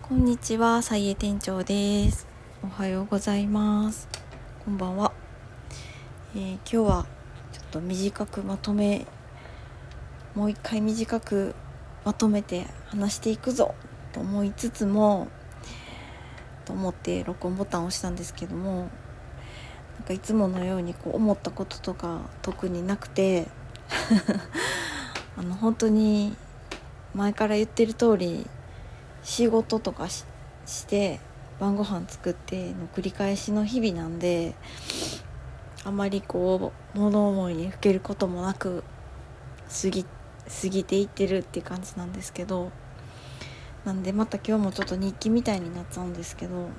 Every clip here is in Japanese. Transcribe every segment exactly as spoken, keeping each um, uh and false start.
こんにちは、さいえ店長です。おはようございます。こんばんは。えー、今日はちょっと短くまとめ、もう一回短くまとめて話していくぞと思いつつも、と思って録音ボタンを押したんですけども、なんかいつものようにこう思ったこととか特になくて、あの本当に前から言ってる通り。仕事とか し, して晩ご飯作っての繰り返しの日々なんで、あまりこう物思いにふけることもなく過ぎ過ぎていってるって感じなんですけど、なんでまた今日もちょっと日記みたいになっちゃうんですけど、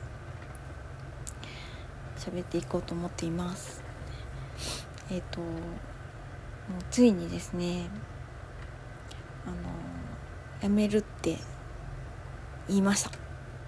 喋っていこうと思っています。えっともうついにですね、あの辞めるって言いました。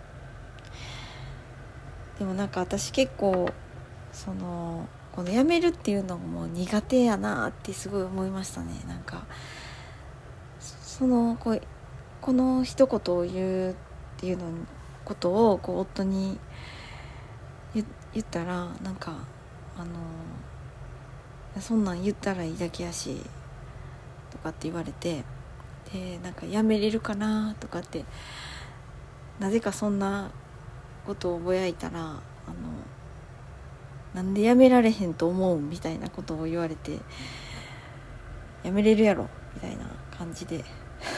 でもなんか私結構そのこの辞めるっていうのも苦手やなってすごい思いましたね。なんかそのこうこの一言を言うっていうのことをこう夫に 言, 言ったらなんかあのそんなん言ったらいいだけやしとかって言われて、でなんか辞めれるかなとかってなぜかそんなことをぼやいたら、あのなんで辞められへんと思うみたいなことを言われて、辞めれるやろみたいな感じで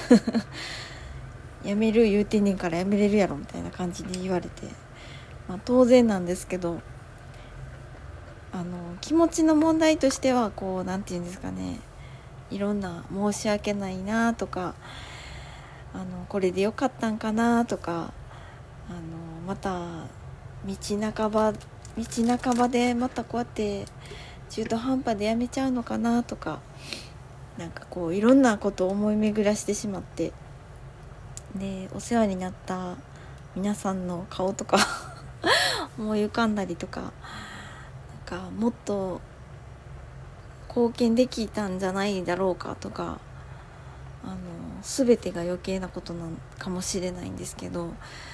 辞める言うてんねんから辞めれるやろみたいな感じで言われて、まあ、当然なんですけど、あの気持ちの問題としてはこうなんていうんですかね、いろんな申し訳ないなとか、あのこれでよかったんかなとか、あのまた道半ば道半ばでまたこうやって中途半端でやめちゃうのかなとか、なんかこういろんなことを思い巡らしてしまって、でお世話になった皆さんの顔とか思い浮かんだりとか、なんかもっと貢献できたんじゃないだろうかとか、あの全てが余計なことなのかもしれないんですけど、あの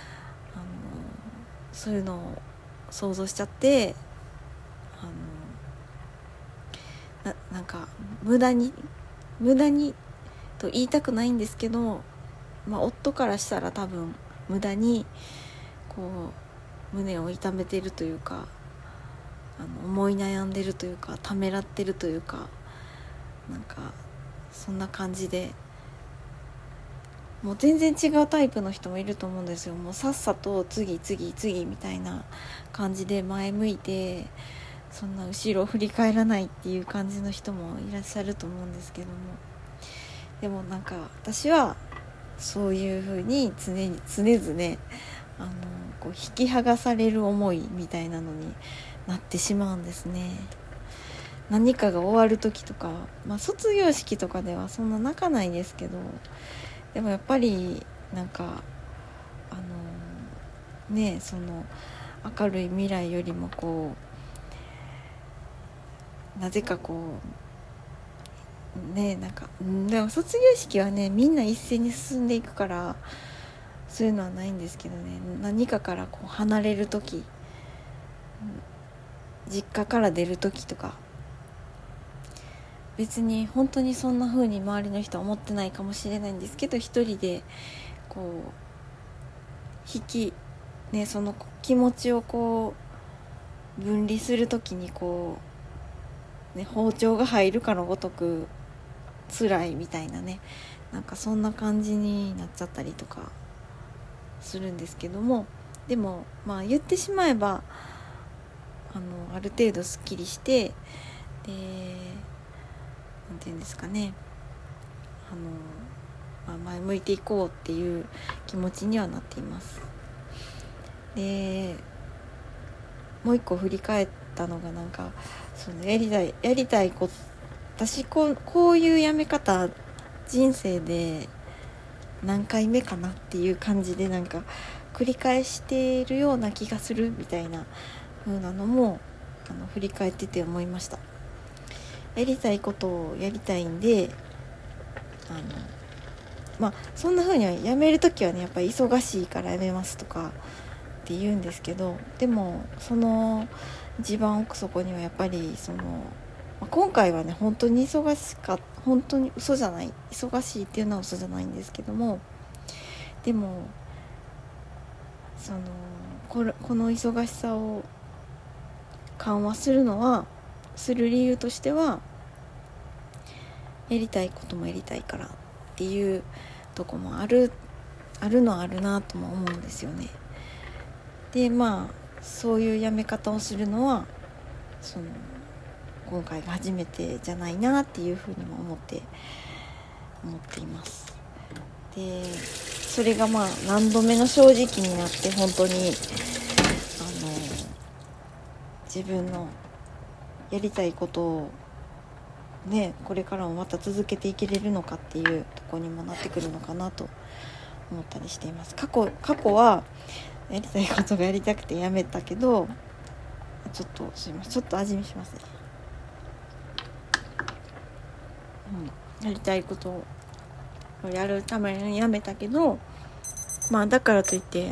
そういうのを想像しちゃって、あの な, なんか無駄に無駄にと言いたくないんですけど、まあ、夫からしたら多分無駄にこう胸を痛めているというか、あの思い悩んでるというか、ためらってるというか、なんかそんな感じで、もう全然違うタイプの人もいると思うんですよ。もうさっさと次次次みたいな感じで前向いて、そんな後ろを振り返らないっていう感じの人もいらっしゃると思うんですけども、でもなんか私はそういう風に常に常々あのこう引き剥がされる思いみたいなのになってしまうんですね。何かが終わる時とか、まあ、卒業式とかではそんな泣かないですけど、でもやっぱりなんかあのねその明るい未来よりもこうなぜかこうねなんかでも卒業式はねみんな一斉に進んでいくからそういうのはないんですけどね、何かからこう離れる時、実家から出る時とか、別に本当にそんな風に周りの人は思ってないかもしれないんですけど、一人でこう引きねその気持ちをこう分離する時にこうね包丁が入るかのごとく辛いみたいなね、なんかそんな感じになっちゃったりとかするんですけども、でもまあ言ってしまえばあのある程度すっきりして、でなんていうんですかね、あの、まあ、前向いていこうっていう気持ちにはなっています。でもう一個振り返ったのが、なんかそのやりたいやりたいこと、私こう、こういうやめ方人生で何回目かなっていう感じで、なんか繰り返しているような気がするみたいな風なのもあの振り返ってて思いました。やりたいことをやりたいんで、あのまあそんな風には辞めるときはねやっぱり忙しいから辞めますとかって言うんですけど、でもその一番奥底にはやっぱりその、まあ、今回はね本当に忙しかった、本当に嘘じゃない、忙しいっていうのは嘘じゃないんですけども、でもそのこれこの忙しさを緩和するのはする理由としては、やりたいこともやりたいからっていうとこもあるあるのはあるなとも思うんですよね。でまあそういうやめ方をするのはその今回が初めてじゃないなっていうふうにも思って思っています。でそれがまあ何度目の正直になって本当にあの自分のやりたいことをねこれからもまた続けていけれるのかっていうところにもなってくるのかなと思ったりしています。過去過去はやりたいことがやりたくてやめたけど、ちょっとすいませんちょっと味見しますね。うん、やりたいことをやるためにやめたけど、まあだからといって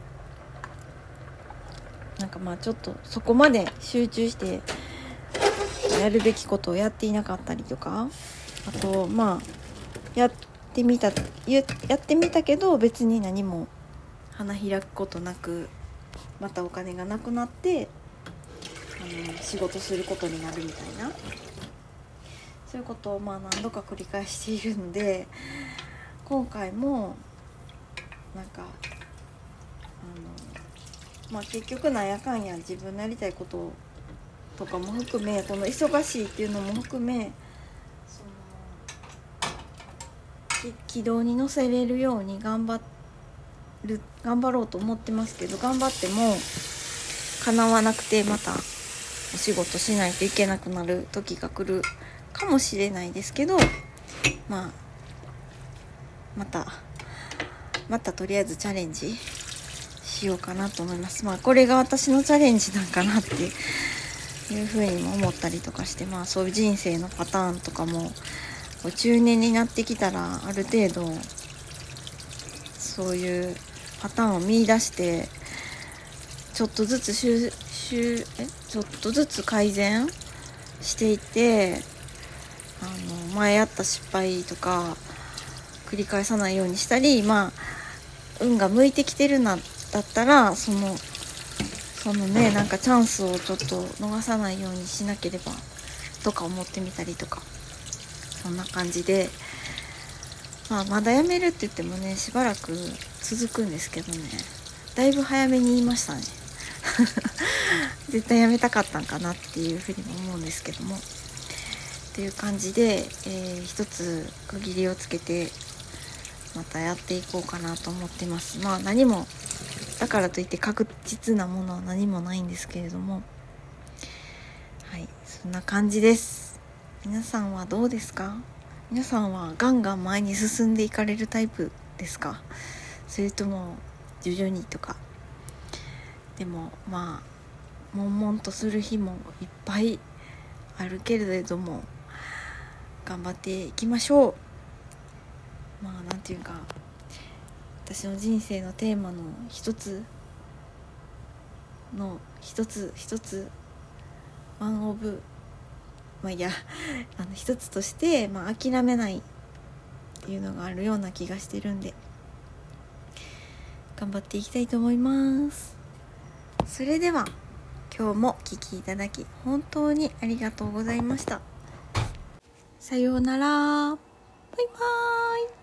なんかまあちょっとそこまで集中してやるべきことをやっていなかったりとか、あとまあやってみたやってみたけど別に何も花開くことなく、またお金がなくなってあの仕事することになるみたいな、そういうことをまあ何度か繰り返しているので、今回もなんかあの、まあ、結局なんやかんや自分のやりたいこととかも含め、この忙しいっていうのも含めその軌道に乗せれるように頑張る頑張ろうと思ってますけど、頑張っても叶わなくてまたお仕事しないといけなくなる時が来るかもしれないですけど、まあまたまたとりあえずチャレンジしようかなと思います。まあこれが私のチャレンジなんかなっていうふうにも思ったりとかして、まあそういう人生のパターンとかも中年になってきたらある程度そういうパターンを見出してちょっとずつ修修えちょっとずつ改善していって、あの前やった失敗とか繰り返さないようにしたり、まあ運が向いてきてるなだったらそのそのねなんかチャンスをちょっと逃さないようにしなければとか思ってみたりとか、そんな感じで、まあまだやめるって言ってもねしばらく続くんですけどね、だいぶ早めに言いましたね絶対やめたかったんかなっていうふうにも思うんですけども、っていう感じで、えー、一つ区切りをつけてまたやっていこうかなと思ってます。まあ何もだからといって確実なものは何もないんですけれども、はいそんな感じです。皆さんはどうですか？皆さんはガンガン前に進んでいかれるタイプですか？それとも徐々にとか。でもまあ悶々とする日もいっぱいあるけれども頑張っていきましょう。まあなんていうか私の人生のテーマの一つの一つ一つワンオブまあいやあの一つとして、まあ、諦めないっていうのがあるような気がしてるんで頑張っていきたいと思います。それでは今日もお聞きいただき本当にありがとうございました。さようなら。バイバーイ。